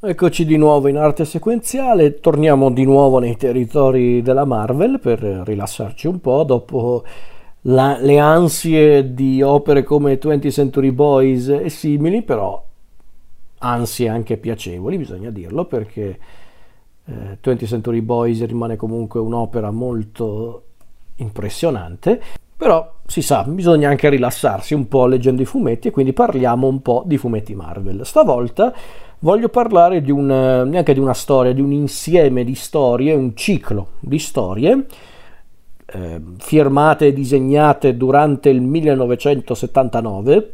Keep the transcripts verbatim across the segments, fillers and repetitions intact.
Eccoci di nuovo in arte sequenziale, torniamo di nuovo nei territori della Marvel per rilassarci un po' dopo la, le ansie di opere come twentieth Century Boys e simili, però ansie anche piacevoli, bisogna dirlo, perché eh, twentieth Century Boys rimane comunque un'opera molto impressionante, però si sa, bisogna anche rilassarsi un po' leggendo i fumetti e quindi parliamo un po' di fumetti Marvel. Stavolta voglio parlare di un, neanche di una storia, di un insieme di storie, un ciclo di storie eh, firmate e disegnate durante il millenovecentosettantanove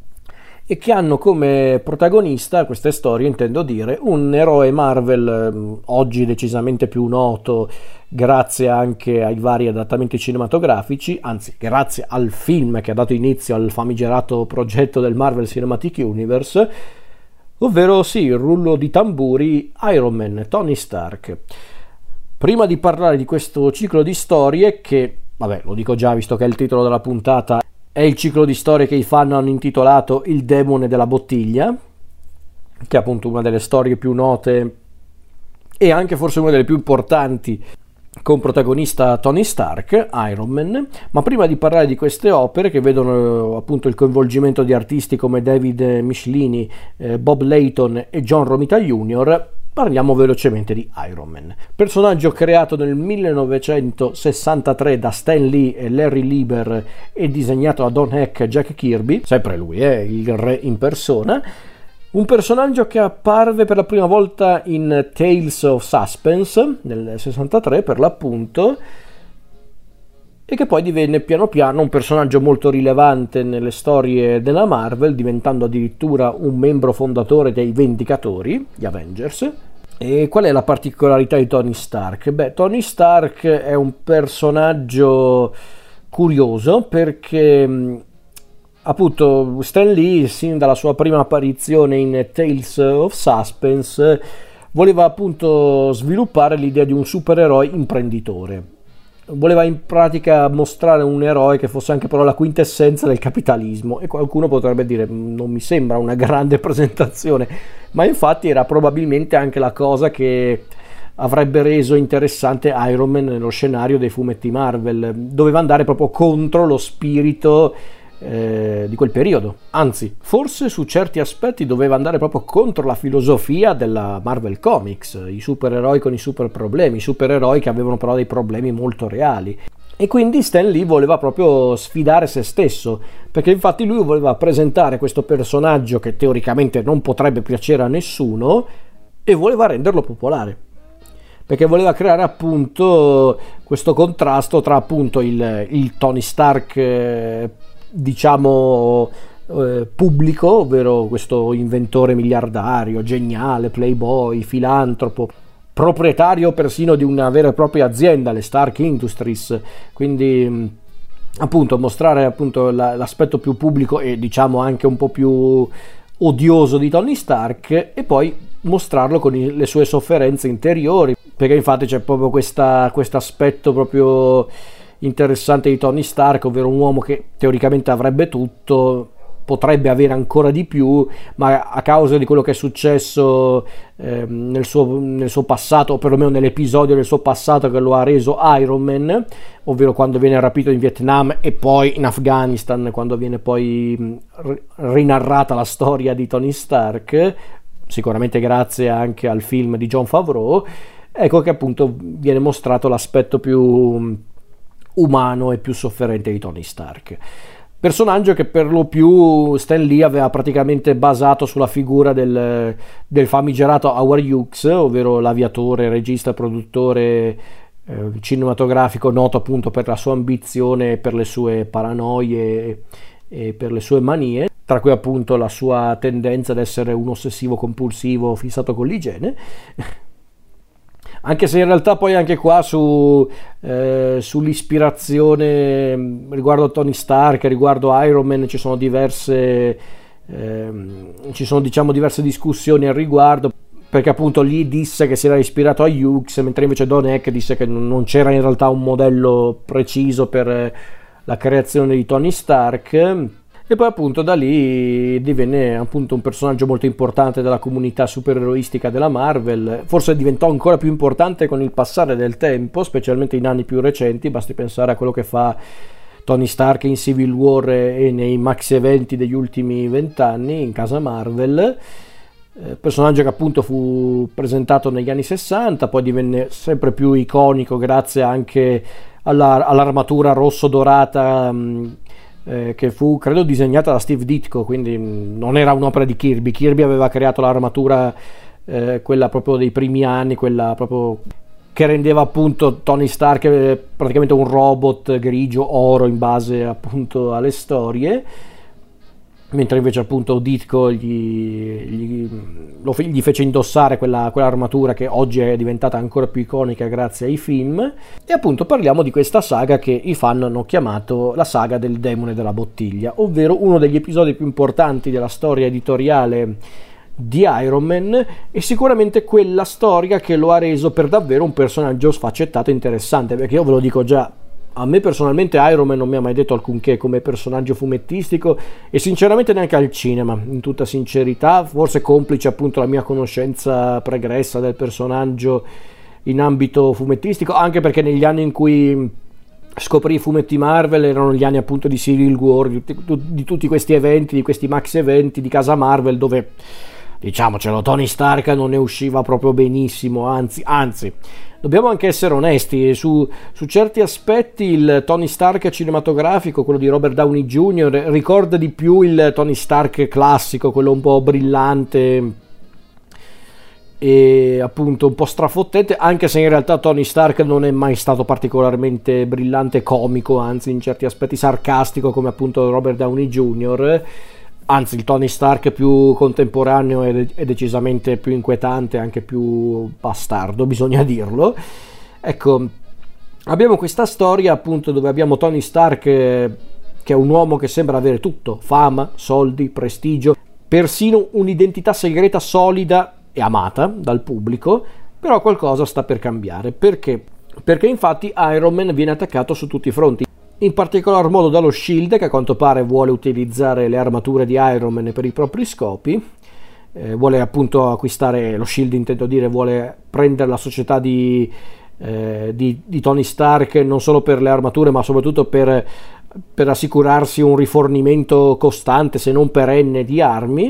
e che hanno come protagonista, queste storie intendo dire, un eroe Marvel eh, oggi decisamente più noto grazie anche ai vari adattamenti cinematografici, anzi grazie al film che ha dato inizio al famigerato progetto del Marvel Cinematic Universe, ovvero sì, il rullo di tamburi, Iron Man, Tony Stark. Prima di parlare di questo ciclo di storie, che, vabbè, lo dico già visto che è il titolo della puntata, è il ciclo di storie che i fan hanno intitolato Il demone della bottiglia, che è appunto una delle storie più note e anche forse una delle più importanti, con protagonista Tony Stark, Iron Man. Ma prima di parlare di queste opere che vedono appunto il coinvolgimento di artisti come David Michelini, eh, Bob Layton e John Romita junior, parliamo velocemente di Iron Man, personaggio creato nel millenovecentosessantatré da Stan Lee e Larry Lieber e disegnato da Don Heck e Jack Kirby, sempre lui, eh, il re in persona. Un personaggio che apparve per la prima volta in Tales of Suspense nel sessantatré per l'appunto, e che poi divenne piano piano un personaggio molto rilevante nelle storie della Marvel, diventando addirittura un membro fondatore dei Vendicatori, gli Avengers. E qual è la particolarità di Tony Stark? Beh, Tony Stark è un personaggio curioso perché appunto Stan Lee, sin dalla sua prima apparizione in Tales of Suspense, voleva appunto sviluppare l'idea di un supereroe imprenditore. Voleva in pratica mostrare un eroe che fosse anche però la quintessenza del capitalismo, e qualcuno potrebbe dire non mi sembra una grande presentazione, ma infatti era probabilmente anche la cosa che avrebbe reso interessante Iron Man nello scenario dei fumetti Marvel. Doveva andare proprio contro lo spirito Eh, di quel periodo, anzi forse su certi aspetti doveva andare proprio contro la filosofia della Marvel Comics, i supereroi con i super problemi, i supereroi che avevano però dei problemi molto reali, e quindi Stan Lee voleva proprio sfidare se stesso, perché infatti lui voleva presentare questo personaggio che teoricamente non potrebbe piacere a nessuno e voleva renderlo popolare, perché voleva creare appunto questo contrasto tra appunto il, il Tony Stark eh, diciamo eh, pubblico, ovvero questo inventore miliardario, geniale, playboy, filantropo, proprietario persino di una vera e propria azienda, le Stark Industries, quindi appunto mostrare appunto la, l'aspetto più pubblico e diciamo anche un po' più odioso di Tony Stark, e poi mostrarlo con i, le sue sofferenze interiori, perché infatti c'è proprio questa questo aspetto proprio interessante di Tony Stark, ovvero un uomo che teoricamente avrebbe tutto, potrebbe avere ancora di più, ma a causa di quello che è successo eh, nel, suo, nel suo passato, o perlomeno nell'episodio del suo passato che lo ha reso Iron Man, ovvero quando viene rapito in Vietnam e poi in Afghanistan, quando viene poi rinarrata la storia di Tony Stark, sicuramente grazie anche al film di Jon Favreau. Ecco che appunto viene mostrato l'aspetto più umano e più sofferente di Tony Stark, personaggio che per lo più Stan Lee aveva praticamente basato sulla figura del, del famigerato Howard Hughes, ovvero l'aviatore, regista e produttore eh, cinematografico noto appunto per la sua ambizione e per le sue paranoie e per le sue manie, tra cui appunto la sua tendenza ad essere un ossessivo compulsivo fissato con l'igiene. Anche se in realtà poi anche qua su, eh, sull'ispirazione riguardo a Tony Stark, riguardo a Iron Man, ci sono diverse eh, ci sono diciamo diverse discussioni al riguardo, perché appunto Lee disse che si era ispirato a Hughes, mentre invece Don Heck disse che non c'era in realtà un modello preciso per la creazione di Tony Stark. E poi appunto da lì divenne appunto un personaggio molto importante della comunità supereroistica della Marvel, forse diventò ancora più importante con il passare del tempo, specialmente in anni più recenti, basti pensare a quello che fa Tony Stark in Civil War e nei maxi eventi degli ultimi vent'anni in casa Marvel, eh, personaggio che appunto fu presentato negli anni sessanta, poi divenne sempre più iconico grazie anche alla, all'armatura rosso-dorata mh, eh, che fu credo disegnata da Steve Ditko, quindi mh, non era un'opera di Kirby. Kirby aveva creato l'armatura, eh, quella proprio dei primi anni, quella proprio che rendeva appunto Tony Stark eh, praticamente un robot grigio oro in base appunto alle storie, mentre invece appunto Ditko gli, gli, lo, gli fece indossare quella, quell'armatura che oggi è diventata ancora più iconica grazie ai film. E appunto parliamo di questa saga che i fan hanno chiamato la saga del demone della bottiglia, ovvero uno degli episodi più importanti della storia editoriale di Iron Man, e sicuramente quella storia che lo ha reso per davvero un personaggio sfaccettato e interessante, perché io ve lo dico già, a me personalmente Iron Man non mi ha mai detto alcunché come personaggio fumettistico, e sinceramente neanche al cinema, in tutta sincerità, forse complice appunto la mia conoscenza pregressa del personaggio in ambito fumettistico, anche perché negli anni in cui scoprì i fumetti Marvel erano gli anni appunto di Civil War, di, di tutti questi eventi, di questi max eventi di casa Marvel, dove diciamocelo, Tony Stark non ne usciva proprio benissimo, anzi, anzi dobbiamo anche essere onesti, su, su certi aspetti il Tony Stark cinematografico, quello di Robert Downey junior, ricorda di più il Tony Stark classico, quello un po' brillante e appunto un po' strafottente, anche se in realtà Tony Stark non è mai stato particolarmente brillante comico, anzi in certi aspetti sarcastico come appunto Robert Downey junior Anzi, il Tony Stark più contemporaneo è, è decisamente più inquietante, anche più bastardo, bisogna dirlo. Ecco, abbiamo questa storia appunto dove abbiamo Tony Stark che è un uomo che sembra avere tutto: fama, soldi, prestigio, persino un'identità segreta solida e amata dal pubblico, però qualcosa sta per cambiare. Perché? Perché infatti Iron Man viene attaccato su tutti i fronti. In particolar modo dallo Shield, che a quanto pare vuole utilizzare le armature di Iron Man per i propri scopi, eh, vuole appunto acquistare, lo Shield intendo dire, vuole prendere la società di, eh, di, di Tony Stark non solo per le armature ma soprattutto per, per assicurarsi un rifornimento costante, se non perenne, di armi.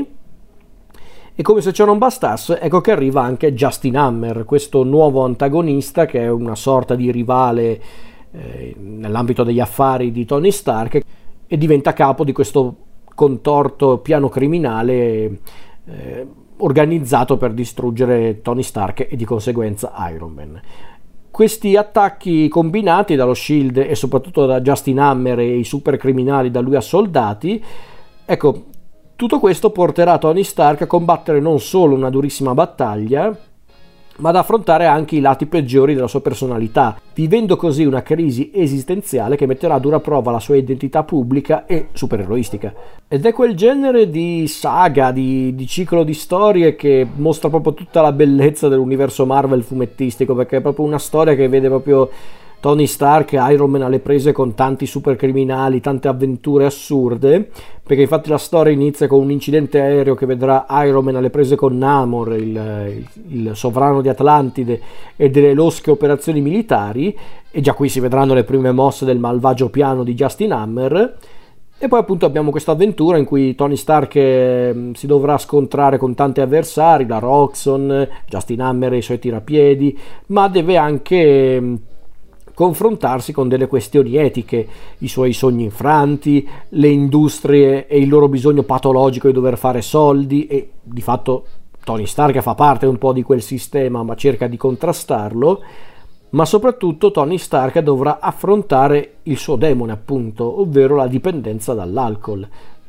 E come se ciò non bastasse, ecco che arriva anche Justin Hammer, questo nuovo antagonista che è una sorta di rivale nell'ambito degli affari di Tony Stark, e diventa capo di questo contorto piano criminale eh, organizzato per distruggere Tony Stark e di conseguenza Iron Man. Questi attacchi combinati dallo Shield e soprattutto da Justin Hammer e i super criminali da lui assoldati, ecco, tutto questo porterà Tony Stark a combattere non solo una durissima battaglia, ma ad affrontare anche i lati peggiori della sua personalità, vivendo così una crisi esistenziale che metterà a dura prova la sua identità pubblica e supereroistica. Ed è quel genere di saga, di, di ciclo di storie che mostra proprio tutta la bellezza dell'universo Marvel fumettistico, perché è proprio una storia che vede proprio Tony Stark e Iron Man alle prese con tanti supercriminali, tante avventure assurde, perché infatti la storia inizia con un incidente aereo che vedrà Iron Man alle prese con Namor, il, il, il sovrano di Atlantide, e delle losche operazioni militari, e già qui si vedranno le prime mosse del malvagio piano di Justin Hammer. E poi appunto abbiamo questa avventura in cui Tony Stark eh, si dovrà scontrare con tanti avversari, la Roxxon, Justin Hammer e i suoi tirapiedi, ma deve anche eh, confrontarsi con delle questioni etiche, i suoi sogni infranti, le industrie e il loro bisogno patologico di dover fare soldi, e di fatto Tony Stark fa parte un po' di quel sistema ma cerca di contrastarlo. Ma soprattutto Tony Stark dovrà affrontare il suo demone, appunto, ovvero la dipendenza dall'alcol,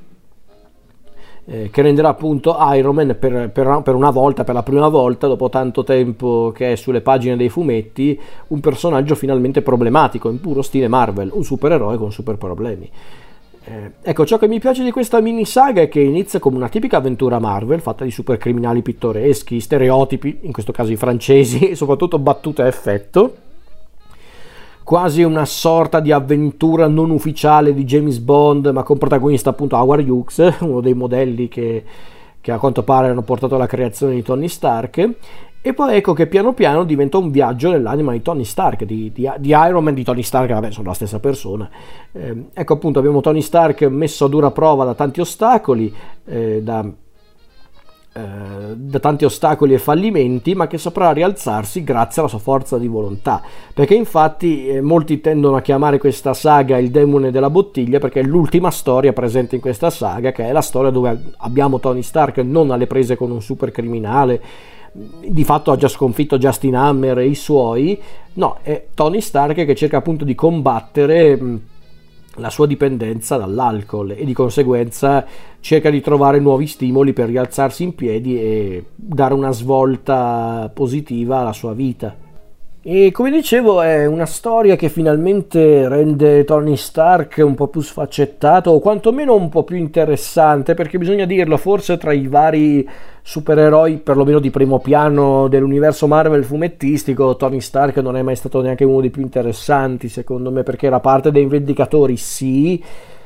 eh, che renderà appunto Iron Man per, per, per una volta, per la prima volta dopo tanto tempo che è sulle pagine dei fumetti, un personaggio finalmente problematico, in puro stile Marvel, un supereroe con super problemi. Eh, ecco, ciò che mi piace di questa mini saga è che inizia come una tipica avventura Marvel fatta di supercriminali pittoreschi, stereotipi, in questo caso i francesi, e soprattutto battute a effetto. quasi una sorta di avventura non ufficiale di James Bond, ma con protagonista appunto Howard Hughes, uno dei modelli che, che a quanto pare hanno portato alla creazione di Tony Stark. E poi ecco che piano piano diventa un viaggio nell'anima di Tony Stark, di, di, di Iron Man, di Tony Stark, vabbè, sono la stessa persona. Eh, ecco appunto, abbiamo Tony Stark messo a dura prova da tanti ostacoli, eh, da, eh, da tanti ostacoli e fallimenti, ma che saprà rialzarsi grazie alla sua forza di volontà. Perché infatti eh, molti tendono a chiamare questa saga il demone della bottiglia, perché è l'ultima storia presente in questa saga, che è la storia dove abbiamo Tony Stark non alle prese con un super criminale, di fatto ha già sconfitto Justin Hammer e i suoi. No, è Tony Stark che cerca appunto di combattere mh, la sua dipendenza dall'alcol e di conseguenza cerca di trovare nuovi stimoli per rialzarsi in piedi e dare una svolta positiva alla sua vita. E come dicevo, è una storia che finalmente rende Tony Stark un po' più sfaccettato, o quantomeno un po' più interessante, perché bisogna dirlo, forse tra i vari supereroi, perlomeno di primo piano dell'universo Marvel fumettistico, Tony Stark non è mai stato neanche uno dei più interessanti, secondo me, perché la parte dei Vendicatori sì,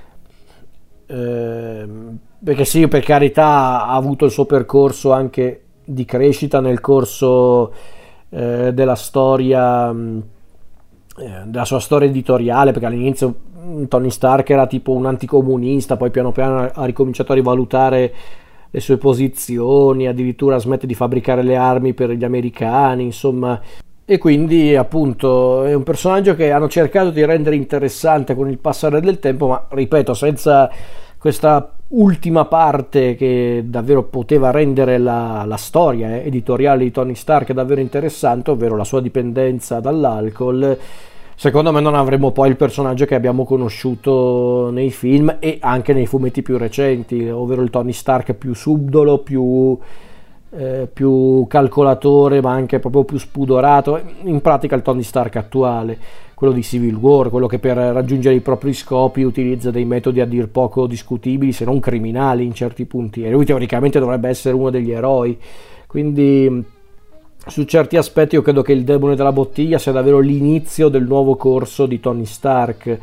ehm, perché sì, per carità, ha avuto il suo percorso anche di crescita nel corso eh, della storia, eh, della sua storia editoriale, perché all'inizio Tony Stark era tipo un anticomunista, poi piano piano ha ricominciato a rivalutare le sue posizioni, addirittura smette di fabbricare le armi per gli americani, insomma. E quindi appunto è un personaggio che hanno cercato di rendere interessante con il passare del tempo, ma ripeto, senza questa ultima parte che davvero poteva rendere la, la storia eh, editoriale di Tony Stark davvero interessante, ovvero la sua dipendenza dall'alcol, secondo me non avremo poi il personaggio che abbiamo conosciuto nei film e anche nei fumetti più recenti, ovvero il Tony Stark più subdolo, più, eh, più calcolatore, ma anche proprio più spudorato, in pratica il Tony Stark attuale, quello di Civil War, quello che per raggiungere i propri scopi utilizza dei metodi a dir poco discutibili, se non criminali in certi punti, e lui teoricamente dovrebbe essere uno degli eroi. Quindi su certi aspetti io credo che il demone della bottiglia sia davvero l'inizio del nuovo corso di Tony Stark,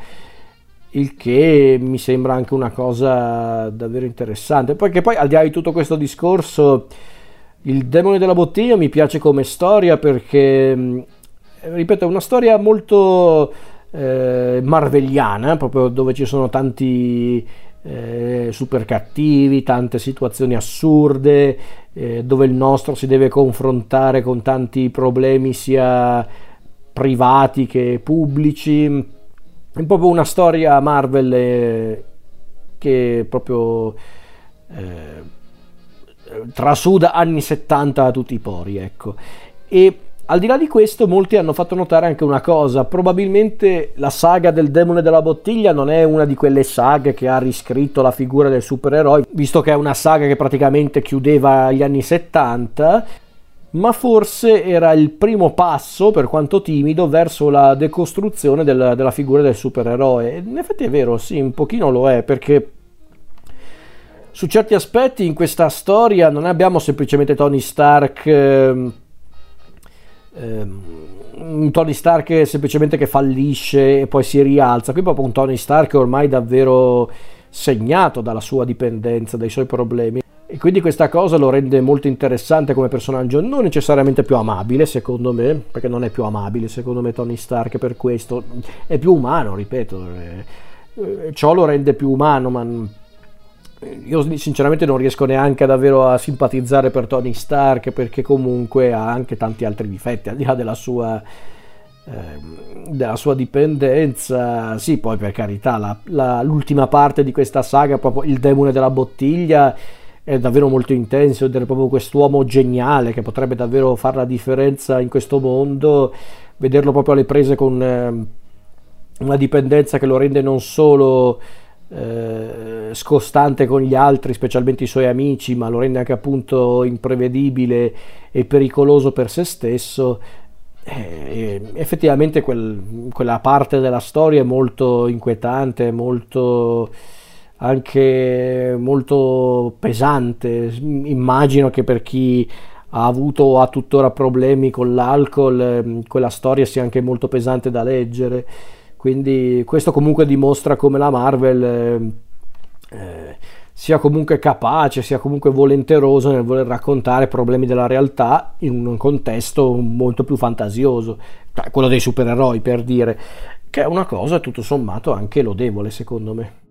il che mi sembra anche una cosa davvero interessante. Perché poi, al di là di tutto questo discorso, il demone della bottiglia mi piace come storia perché, ripeto, è una storia molto eh, marveliana, proprio dove ci sono tanti eh, super cattivi, tante situazioni assurde, eh, dove il nostro si deve confrontare con tanti problemi sia privati che pubblici. È proprio una storia Marvel eh, che proprio eh, trasuda anni settanta a tutti i pori, ecco. E al di là di questo, molti hanno fatto notare anche una cosa: probabilmente la saga del demone della bottiglia non è una di quelle saghe che ha riscritto la figura del supereroe, visto che è una saga che praticamente chiudeva gli anni settanta, ma forse era il primo passo, per quanto timido, verso la decostruzione del, della figura del supereroe. E in effetti è vero, sì, un pochino lo è, perché su certi aspetti in questa storia non abbiamo semplicemente Tony Stark, ehm, ehm, un Tony Stark semplicemente che fallisce e poi si rialza. Qui proprio un Tony Stark ormai davvero segnato dalla sua dipendenza, dai suoi problemi, e quindi questa cosa lo rende molto interessante come personaggio, non necessariamente più amabile secondo me, perché non è più amabile secondo me Tony Stark, per questo è più umano, ripeto, eh, ciò lo rende più umano, ma io sinceramente non riesco neanche davvero a simpatizzare per Tony Stark, perché comunque ha anche tanti altri difetti, al di là della sua eh, della sua dipendenza. Sì, poi per carità la, la, l'ultima parte di questa saga, proprio il demone della bottiglia, è davvero molto intenso, ed è proprio quest'uomo geniale che potrebbe davvero fare la differenza in questo mondo. Vederlo proprio alle prese con eh, una dipendenza che lo rende non solo Eh, scostante con gli altri, specialmente i suoi amici, ma lo rende anche appunto imprevedibile e pericoloso per se stesso. Eh, effettivamente quel, quella parte della storia è molto inquietante, molto anche molto pesante. Immagino che per chi ha avuto o ha tuttora problemi con l'alcol, ehm, quella storia sia anche molto pesante da leggere. Quindi questo comunque dimostra come la Marvel ehm, eh, sia comunque capace, sia comunque volenteroso nel voler raccontare problemi della realtà in un contesto molto più fantasioso, cioè quello dei supereroi per dire, che è una cosa tutto sommato anche lodevole secondo me.